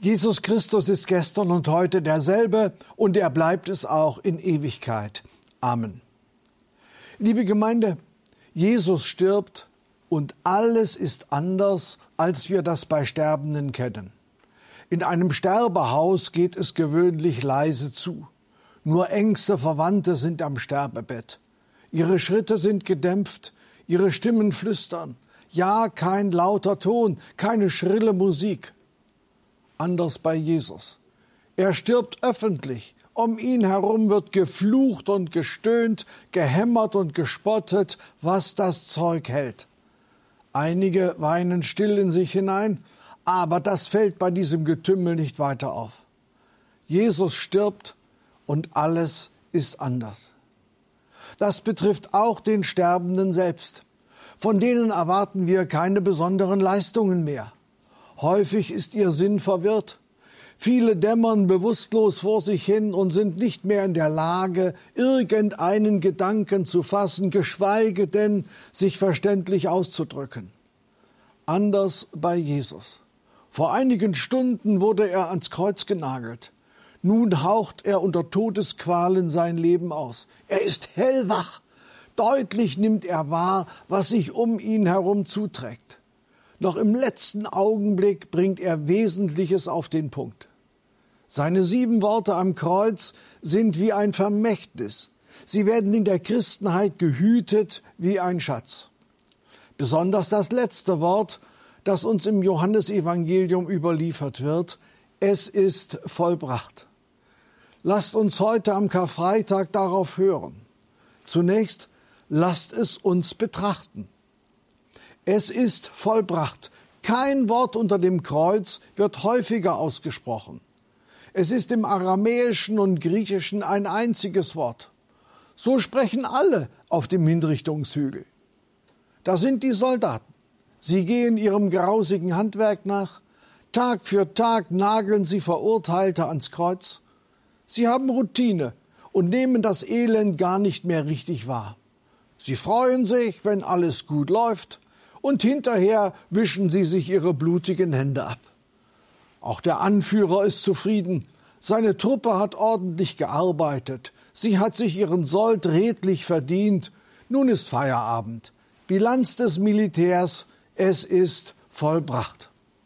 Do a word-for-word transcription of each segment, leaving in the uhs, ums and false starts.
Jesus Christus ist gestern und heute derselbe und er bleibt es auch in Ewigkeit. Amen. Liebe Gemeinde, Jesus stirbt und alles ist anders, als wir das bei Sterbenden kennen. In einem Sterbehaus geht es gewöhnlich leise zu. Nur engste Verwandte sind am Sterbebett. Ihre Schritte sind gedämpft, ihre Stimmen flüstern. Ja, kein lauter Ton, keine schrille Musik. Anders bei Jesus. Er stirbt öffentlich. Um ihn herum wird geflucht und gestöhnt, gehämmert und gespottet, was das Zeug hält. Einige weinen still in sich hinein, aber das fällt bei diesem Getümmel nicht weiter auf. Jesus stirbt und alles ist anders. Das betrifft auch den Sterbenden selbst. Von denen erwarten wir keine besonderen Leistungen mehr. Häufig ist ihr Sinn verwirrt. Viele dämmern bewusstlos vor sich hin und sind nicht mehr in der Lage, irgendeinen Gedanken zu fassen, geschweige denn, sich verständlich auszudrücken. Anders bei Jesus. Vor einigen Stunden wurde er ans Kreuz genagelt. Nun haucht er unter Todesqualen sein Leben aus. Er ist hellwach. Deutlich nimmt er wahr, was sich um ihn herum zuträgt. Noch im letzten Augenblick bringt er Wesentliches auf den Punkt. Seine sieben Worte am Kreuz sind wie ein Vermächtnis. Sie werden in der Christenheit gehütet wie ein Schatz. Besonders das letzte Wort, das uns im Johannesevangelium überliefert wird: Es ist vollbracht. Lasst uns heute am Karfreitag darauf hören. Zunächst lasst es uns betrachten. Es ist vollbracht. Kein Wort unter dem Kreuz wird häufiger ausgesprochen. Es ist im Aramäischen und Griechischen ein einziges Wort. So sprechen alle auf dem Hinrichtungshügel. Da sind die Soldaten. Sie gehen ihrem grausigen Handwerk nach. Tag für Tag nageln sie Verurteilte ans Kreuz. Sie haben Routine und nehmen das Elend gar nicht mehr richtig wahr. Sie freuen sich, wenn alles gut läuft, und hinterher wischen sie sich ihre blutigen Hände ab. Auch der Anführer ist zufrieden. Seine Truppe hat ordentlich gearbeitet. Sie hat sich ihren Sold redlich verdient. Nun ist Feierabend. Bilanz des Militärs: Es ist vollbracht.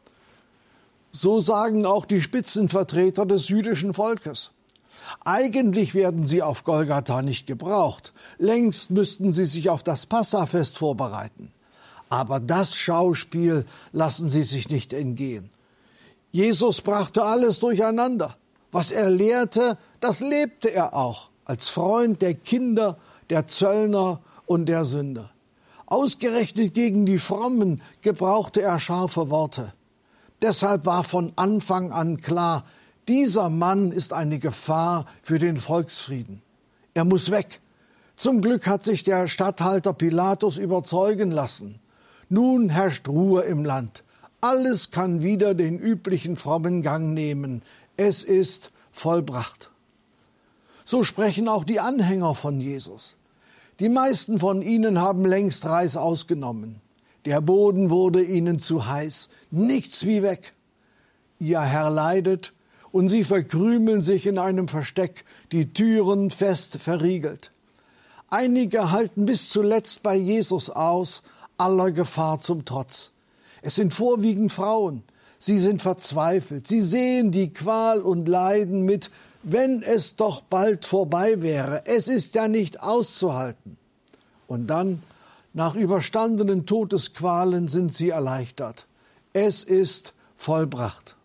So sagen auch die Spitzenvertreter des jüdischen Volkes. Eigentlich werden sie auf Golgatha nicht gebraucht. Längst müssten sie sich auf das Passafest vorbereiten. Aber das Schauspiel lassen sie sich nicht entgehen. Jesus brachte alles durcheinander. Was er lehrte, das lebte er auch, als Freund der Kinder, der Zöllner und der Sünder. Ausgerechnet gegen die Frommen gebrauchte er scharfe Worte. Deshalb war von Anfang an klar, dieser Mann ist eine Gefahr für den Volksfrieden. Er muss weg. Zum Glück hat sich der Statthalter Pilatus überzeugen lassen. Nun herrscht Ruhe im Land. Alles kann wieder den üblichen frommen Gang nehmen. Es ist vollbracht. So sprechen auch die Anhänger von Jesus. Die meisten von ihnen haben längst Reis ausgenommen. Der Boden wurde ihnen zu heiß. Nichts wie weg. Ihr Herr leidet und sie verkrümeln sich in einem Versteck, die Türen fest verriegelt. Einige halten bis zuletzt bei Jesus aus, aller Gefahr zum Trotz. Es sind vorwiegend Frauen. Sie sind verzweifelt. Sie sehen die Qual und leiden mit: Wenn es doch bald vorbei wäre. Es ist ja nicht auszuhalten. Und dann, nach überstandenen Todesqualen, sind sie erleichtert. Es ist vollbracht.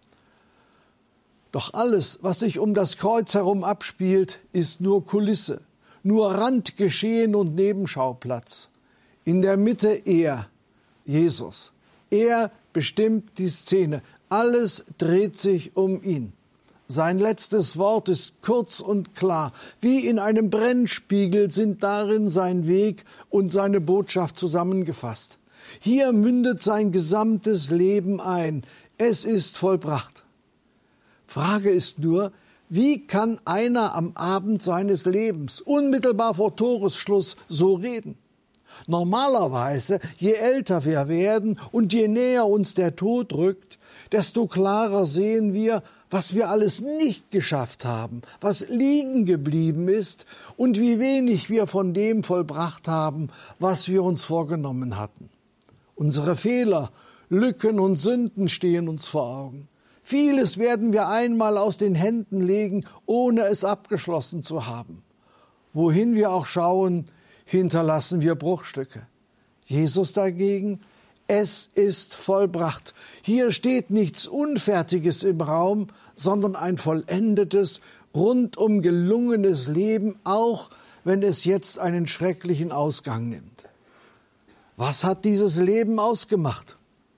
Doch alles, was sich um das Kreuz herum abspielt, ist nur Kulisse, nur Randgeschehen und Nebenschauplatz. In der Mitte er, Jesus. Er bestimmt die Szene. Alles dreht sich um ihn. Sein letztes Wort ist kurz und klar. Wie in einem Brennspiegel sind darin sein Weg und seine Botschaft zusammengefasst. Hier mündet sein gesamtes Leben ein. Es ist vollbracht. Frage ist nur, wie kann einer am Abend seines Lebens, unmittelbar vor Toresschluss, so reden? Normalerweise, je älter wir werden und je näher uns der Tod rückt, desto klarer sehen wir, was wir alles nicht geschafft haben, was liegen geblieben ist und wie wenig wir von dem vollbracht haben, was wir uns vorgenommen hatten. Unsere Fehler, Lücken und Sünden stehen uns vor Augen. Vieles werden wir einmal aus den Händen legen, ohne es abgeschlossen zu haben. Wohin wir auch schauen, hinterlassen wir Bruchstücke. Jesus dagegen, es ist vollbracht. Hier steht nichts Unfertiges im Raum, sondern ein vollendetes, rundum gelungenes Leben, auch wenn es jetzt einen schrecklichen Ausgang nimmt. Was hat dieses Leben ausgemacht?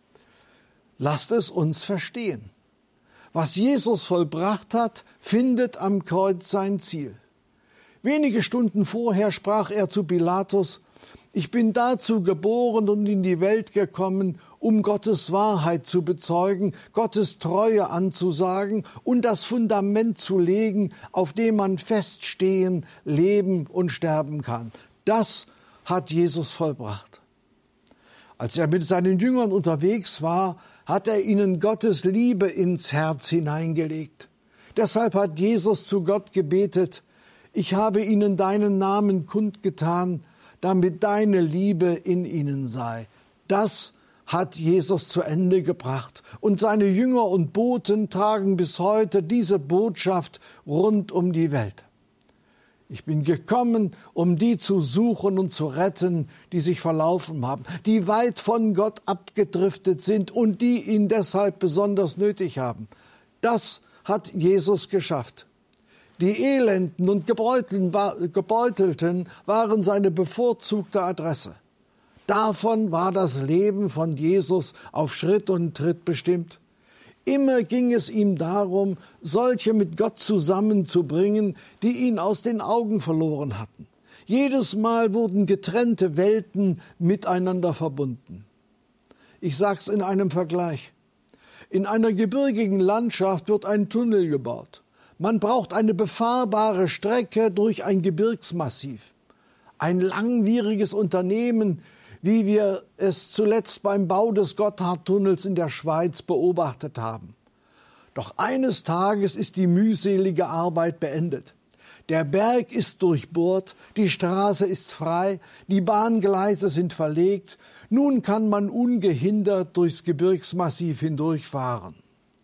Lasst es uns verstehen. Was Jesus vollbracht hat, findet am Kreuz sein Ziel. Wenige Stunden vorher sprach er zu Pilatus: Ich bin dazu geboren und in die Welt gekommen, um Gottes Wahrheit zu bezeugen, Gottes Treue anzusagen und das Fundament zu legen, auf dem man feststehen, leben und sterben kann. Das hat Jesus vollbracht. Als er mit seinen Jüngern unterwegs war, hat er ihnen Gottes Liebe ins Herz hineingelegt. Deshalb hat Jesus zu Gott gebetet: Ich habe ihnen deinen Namen kundgetan, damit deine Liebe in ihnen sei. Das hat Jesus zu Ende gebracht. Und seine Jünger und Boten tragen bis heute diese Botschaft rund um die Welt. Ich bin gekommen, um die zu suchen und zu retten, die sich verlaufen haben, die weit von Gott abgedriftet sind und die ihn deshalb besonders nötig haben. Das hat Jesus geschafft. Die Elenden und Gebeutelten waren seine bevorzugte Adresse. Davon war das Leben von Jesus auf Schritt und Tritt bestimmt. Immer ging es ihm darum, solche mit Gott zusammenzubringen, die ihn aus den Augen verloren hatten. Jedes Mal wurden getrennte Welten miteinander verbunden. Ich sag's in einem Vergleich. In einer gebirgigen Landschaft wird ein Tunnel gebaut. Man braucht eine befahrbare Strecke durch ein Gebirgsmassiv. Ein langwieriges Unternehmen, wie wir es zuletzt beim Bau des Gotthardtunnels in der Schweiz beobachtet haben. Doch eines Tages ist die mühselige Arbeit beendet. Der Berg ist durchbohrt, die Straße ist frei, die Bahngleise sind verlegt. Nun kann man ungehindert durchs Gebirgsmassiv hindurchfahren.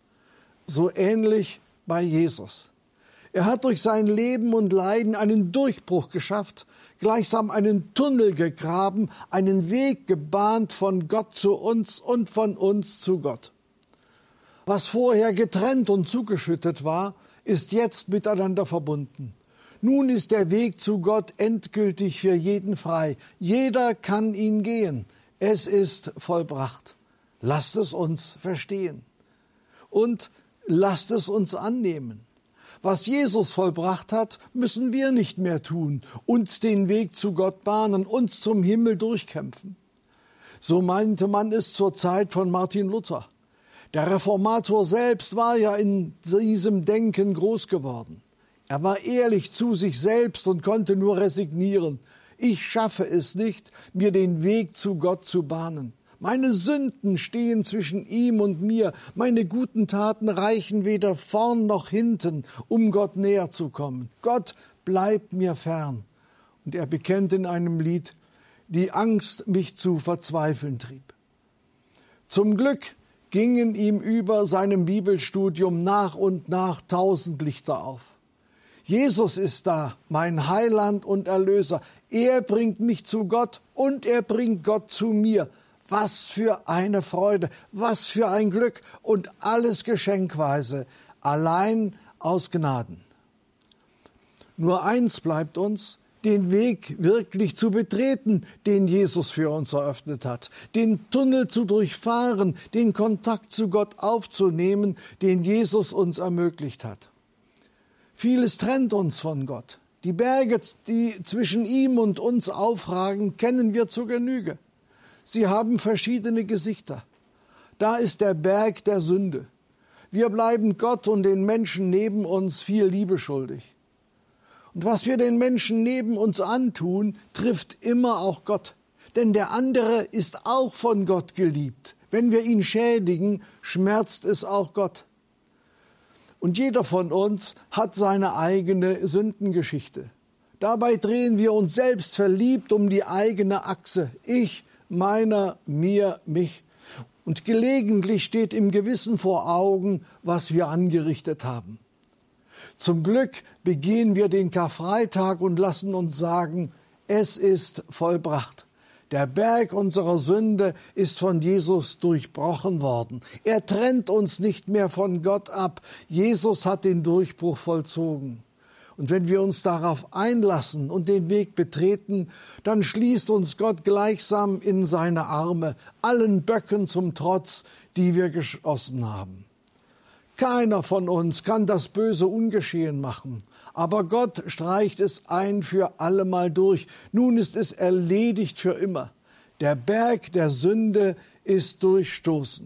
So ähnlich bei Jesus. Er hat durch sein Leben und Leiden einen Durchbruch geschafft, gleichsam einen Tunnel gegraben, einen Weg gebahnt von Gott zu uns und von uns zu Gott. Was vorher getrennt und zugeschüttet war, ist jetzt miteinander verbunden. Nun ist der Weg zu Gott endgültig für jeden frei. Jeder kann ihn gehen. Es ist vollbracht. Lasst es uns verstehen. Und lasst es uns annehmen. Was Jesus vollbracht hat, müssen wir nicht mehr tun, uns den Weg zu Gott bahnen, uns zum Himmel durchkämpfen. So meinte man es zur Zeit von Martin Luther. Der Reformator selbst war ja in diesem Denken groß geworden. Er war ehrlich zu sich selbst und konnte nur resignieren. Ich schaffe es nicht, mir den Weg zu Gott zu bahnen. Meine Sünden stehen zwischen ihm und mir. Meine guten Taten reichen weder vorn noch hinten, um Gott näher zu kommen. Gott bleibt mir fern. Und er bekennt in einem Lied: Die Angst mich zu verzweifeln trieb. Zum Glück gingen ihm über seinem Bibelstudium nach und nach tausend Lichter auf. Jesus ist da, mein Heiland und Erlöser. Er bringt mich zu Gott und er bringt Gott zu mir. Was für eine Freude, was für ein Glück und alles geschenkweise, allein aus Gnaden. Nur eins bleibt uns: den Weg wirklich zu betreten, den Jesus für uns eröffnet hat, den Tunnel zu durchfahren, den Kontakt zu Gott aufzunehmen, den Jesus uns ermöglicht hat. Vieles trennt uns von Gott. Die Berge, die zwischen ihm und uns aufragen, kennen wir zur Genüge. Sie haben verschiedene Gesichter. Da ist der Berg der Sünde. Wir bleiben Gott und den Menschen neben uns viel Liebe schuldig. Und was wir den Menschen neben uns antun, trifft immer auch Gott. denn der andere ist auch von Gott geliebt. Wenn wir ihn schädigen, schmerzt es auch Gott. Und jeder von uns hat seine eigene Sündengeschichte. Dabei drehen wir uns selbst verliebt um die eigene Achse. Ich, meiner, mir, mich. Und gelegentlich steht im Gewissen vor Augen, was wir angerichtet haben. Zum Glück begehen wir den Karfreitag und lassen uns sagen, es ist vollbracht. Der Berg unserer Sünde ist von Jesus durchbrochen worden. Er trennt uns nicht mehr von Gott ab. Jesus hat den Durchbruch vollzogen. Und wenn wir uns darauf einlassen und den Weg betreten, dann schließt uns Gott gleichsam in seine Arme, allen Böcken zum Trotz, die wir geschossen haben. Keiner von uns kann das Böse ungeschehen machen, aber Gott streicht es ein für allemal durch. Nun ist es erledigt für immer. Der Berg der Sünde ist durchstoßen.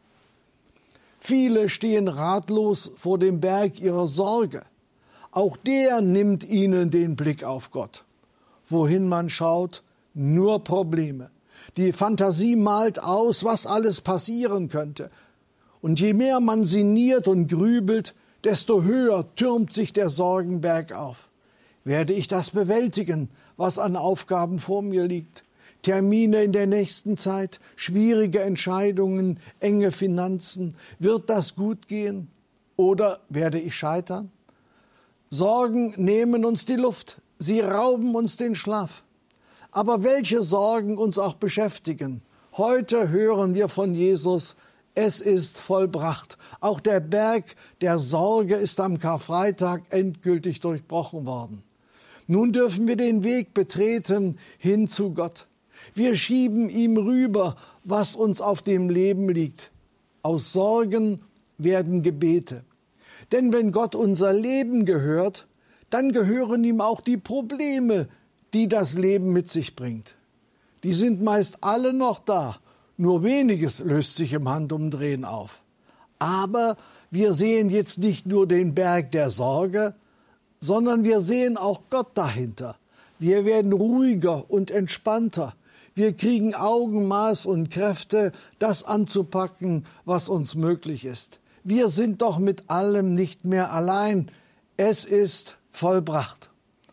Viele stehen ratlos vor dem Berg ihrer Sorge. Auch der nimmt ihnen den Blick auf Gott. Wohin man schaut, nur Probleme. Die Fantasie malt aus, was alles passieren könnte. Und je mehr man sinniert und grübelt, desto höher türmt sich der Sorgenberg auf. Werde ich das bewältigen, was an Aufgaben vor mir liegt? Termine in der nächsten Zeit, schwierige Entscheidungen, enge Finanzen. Wird das gut gehen? Oder werde ich scheitern? Sorgen nehmen uns die Luft, sie rauben uns den Schlaf. Aber welche Sorgen uns auch beschäftigen, heute hören wir von Jesus, es ist vollbracht. Auch der Berg der Sorge ist am Karfreitag endgültig durchbrochen worden. Nun dürfen wir den Weg betreten hin zu Gott. Wir schieben ihm rüber, was uns auf dem Leben liegt. Aus Sorgen werden Gebete. Denn wenn Gott unser Leben gehört, dann gehören ihm auch die Probleme, die das Leben mit sich bringt. Die sind meist alle noch da, nur weniges löst sich im Handumdrehen auf. Aber wir sehen jetzt nicht nur den Berg der Sorge, sondern wir sehen auch Gott dahinter. Wir werden ruhiger und entspannter. Wir kriegen Augenmaß und Kräfte, das anzupacken, was uns möglich ist. Wir sind doch mit allem nicht mehr allein. Es ist vollbracht.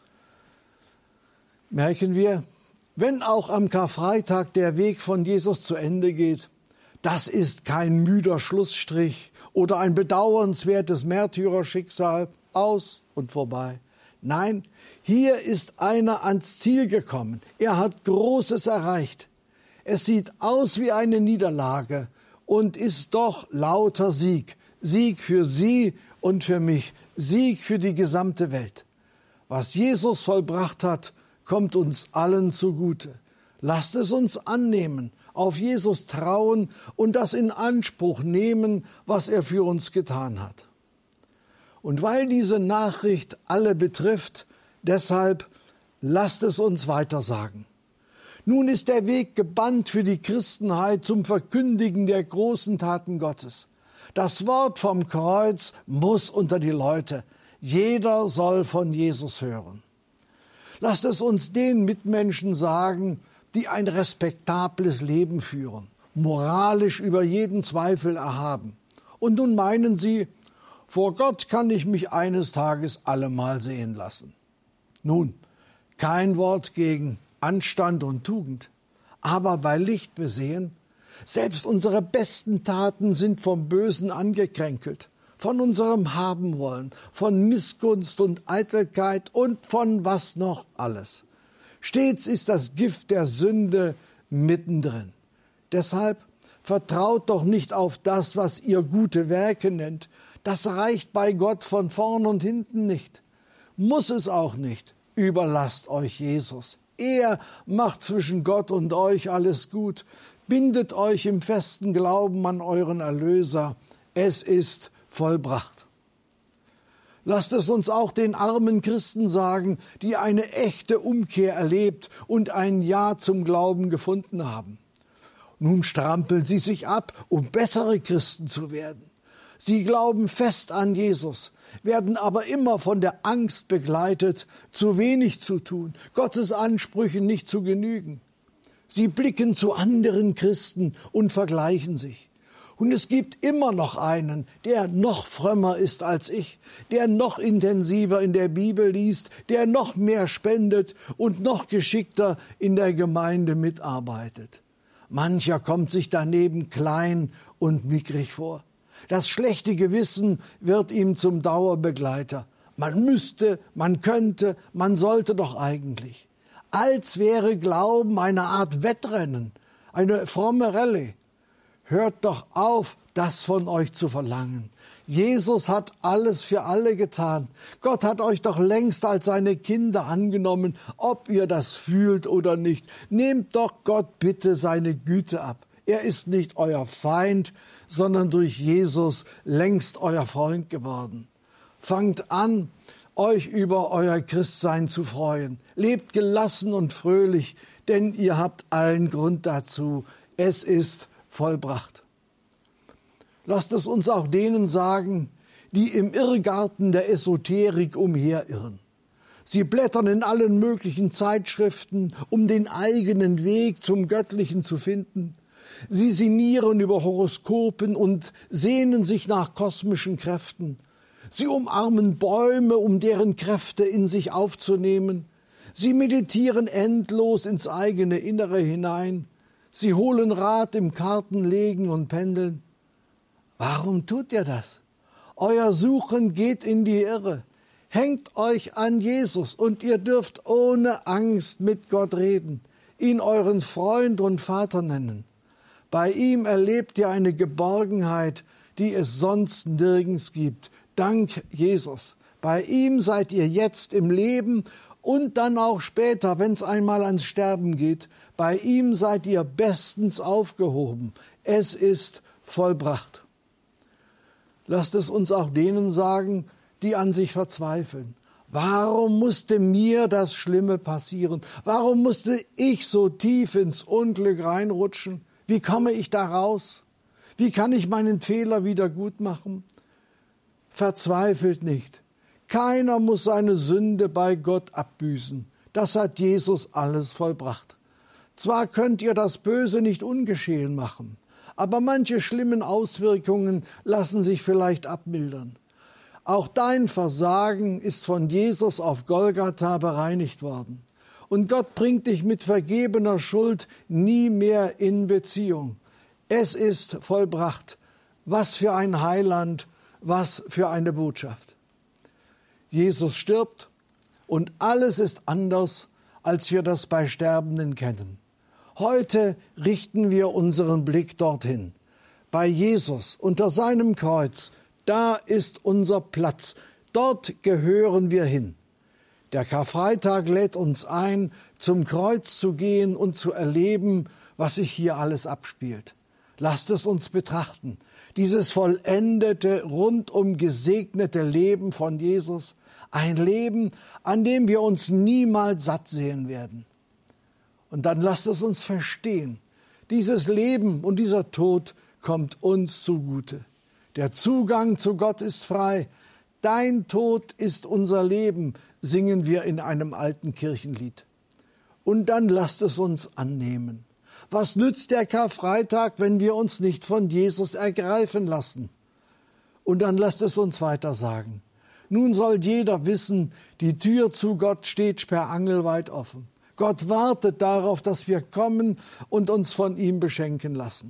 Merken wir, wenn auch am Karfreitag der Weg von Jesus zu Ende geht, das ist kein müder Schlussstrich oder ein bedauernswertes Märtyrerschicksal, aus und vorbei. Nein, hier ist einer ans Ziel gekommen. Er hat Großes erreicht. Es sieht aus wie eine Niederlage und ist doch lauter Sieg. Sieg für Sie und für mich. Sieg für die gesamte Welt. Was Jesus vollbracht hat, kommt uns allen zugute. Lasst es uns annehmen, auf Jesus trauen und das in Anspruch nehmen, was er für uns getan hat. Und weil diese Nachricht alle betrifft, deshalb lasst es uns weiter sagen. Nun ist der Weg gebannt für die Christenheit zum Verkündigen der großen Taten Gottes. Das Wort vom Kreuz muss unter die Leute. Jeder soll von Jesus hören. Lasst es uns den Mitmenschen sagen, die ein respektables Leben führen, moralisch über jeden Zweifel erhaben. Und nun meinen sie, vor Gott kann ich mich eines Tages allemal sehen lassen. Nun, kein Wort gegen Anstand und Tugend, aber bei Licht besehen, selbst unsere besten Taten sind vom Bösen angekränkelt, von unserem Habenwollen, von Missgunst und Eitelkeit und von was noch alles. Stets ist das Gift der Sünde mittendrin. Deshalb vertraut doch nicht auf das, was ihr gute Werke nennt. Das reicht bei Gott von vorn und hinten nicht. Muss es auch nicht. Überlasst euch Jesus. Er macht zwischen Gott und euch alles gut. Bindet euch im festen Glauben an euren Erlöser. Es ist vollbracht. Lasst es uns auch den armen Christen sagen, die eine echte Umkehr erlebt und ein Ja zum Glauben gefunden haben. Nun strampeln sie sich ab, um bessere Christen zu werden. Sie glauben fest an Jesus, werden aber immer von der Angst begleitet, zu wenig zu tun, Gottes Ansprüchen nicht zu genügen. Sie blicken zu anderen Christen und vergleichen sich. Und es gibt immer noch einen, der noch frömmer ist als ich, der noch intensiver in der Bibel liest, der noch mehr spendet und noch geschickter in der Gemeinde mitarbeitet. Mancher kommt sich daneben klein und mickrig vor. Das schlechte Gewissen wird ihm zum Dauerbegleiter. Man müsste, man könnte, man sollte doch eigentlich. Als wäre Glauben eine Art Wettrennen, eine fromme Rallye. Hört doch auf, das von euch zu verlangen. Jesus hat alles für alle getan. Gott hat euch doch längst als seine Kinder angenommen, ob ihr das fühlt oder nicht. Nehmt doch Gott bitte seine Güte ab. Er ist nicht euer Feind, sondern durch Jesus längst euer Freund geworden. Fangt an, euch über euer Christsein zu freuen. Lebt gelassen und fröhlich, denn ihr habt allen Grund dazu. Es ist vollbracht. Lasst es uns auch denen sagen, die im Irrgarten der Esoterik umherirren. Sie blättern in allen möglichen Zeitschriften, um den eigenen Weg zum Göttlichen zu finden. Sie sinnieren über Horoskopen und sehnen sich nach kosmischen Kräften. Sie umarmen Bäume, um deren Kräfte in sich aufzunehmen. Sie meditieren endlos ins eigene Innere hinein. Sie holen Rat im Kartenlegen und Pendeln. Warum tut ihr das? Euer Suchen geht in die Irre. Hängt euch an Jesus und ihr dürft ohne Angst mit Gott reden, ihn euren Freund und Vater nennen. Bei ihm erlebt ihr eine Geborgenheit, die es sonst nirgends gibt. Dank Jesus. Bei ihm seid ihr jetzt im Leben und dann auch später, wenn es einmal ans Sterben geht. Bei ihm seid ihr bestens aufgehoben. Es ist vollbracht. Lasst es uns auch denen sagen, die an sich verzweifeln. Warum musste mir das Schlimme passieren? Warum musste ich so tief ins Unglück reinrutschen? Wie komme ich da raus? Wie kann ich meinen Fehler wieder gut machen? Verzweifelt nicht. Keiner muss seine Sünde bei Gott abbüßen. Das hat Jesus alles vollbracht. Zwar könnt ihr das Böse nicht ungeschehen machen, aber manche schlimmen Auswirkungen lassen sich vielleicht abmildern. Auch dein Versagen ist von Jesus auf Golgatha bereinigt worden. Und Gott bringt dich mit vergebener Schuld nie mehr in Beziehung. Es ist vollbracht. Was für ein Heiland, was für eine Botschaft. Jesus stirbt und alles ist anders, als wir das bei Sterbenden kennen. Heute richten wir unseren Blick dorthin. Bei Jesus, unter seinem Kreuz, da ist unser Platz. Dort gehören wir hin. Der Karfreitag lädt uns ein, zum Kreuz zu gehen und zu erleben, was sich hier alles abspielt. Lasst es uns betrachten. Dieses vollendete, rundum gesegnete Leben von Jesus. Ein Leben, an dem wir uns niemals satt sehen werden. Und dann lasst es uns verstehen, dieses Leben und dieser Tod kommt uns zugute. Der Zugang zu Gott ist frei. Dein Tod ist unser Leben, singen wir in einem alten Kirchenlied. Und dann lasst es uns annehmen. Was nützt der Karfreitag, wenn wir uns nicht von Jesus ergreifen lassen? Und dann lasst es uns weiter sagen. Nun soll jeder wissen, die Tür zu Gott steht sperrangelweit offen. Gott wartet darauf, dass wir kommen und uns von ihm beschenken lassen.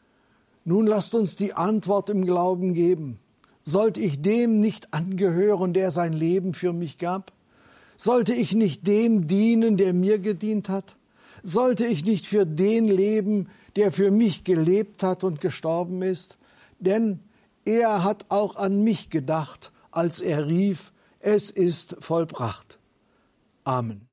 Nun lasst uns die Antwort im Glauben geben. Sollte ich dem nicht angehören, der sein Leben für mich gab? Sollte ich nicht dem dienen, der mir gedient hat? Sollte ich nicht für den leben, der für mich gelebt hat und gestorben ist? Denn er hat auch an mich gedacht, als er rief, es ist vollbracht. Amen.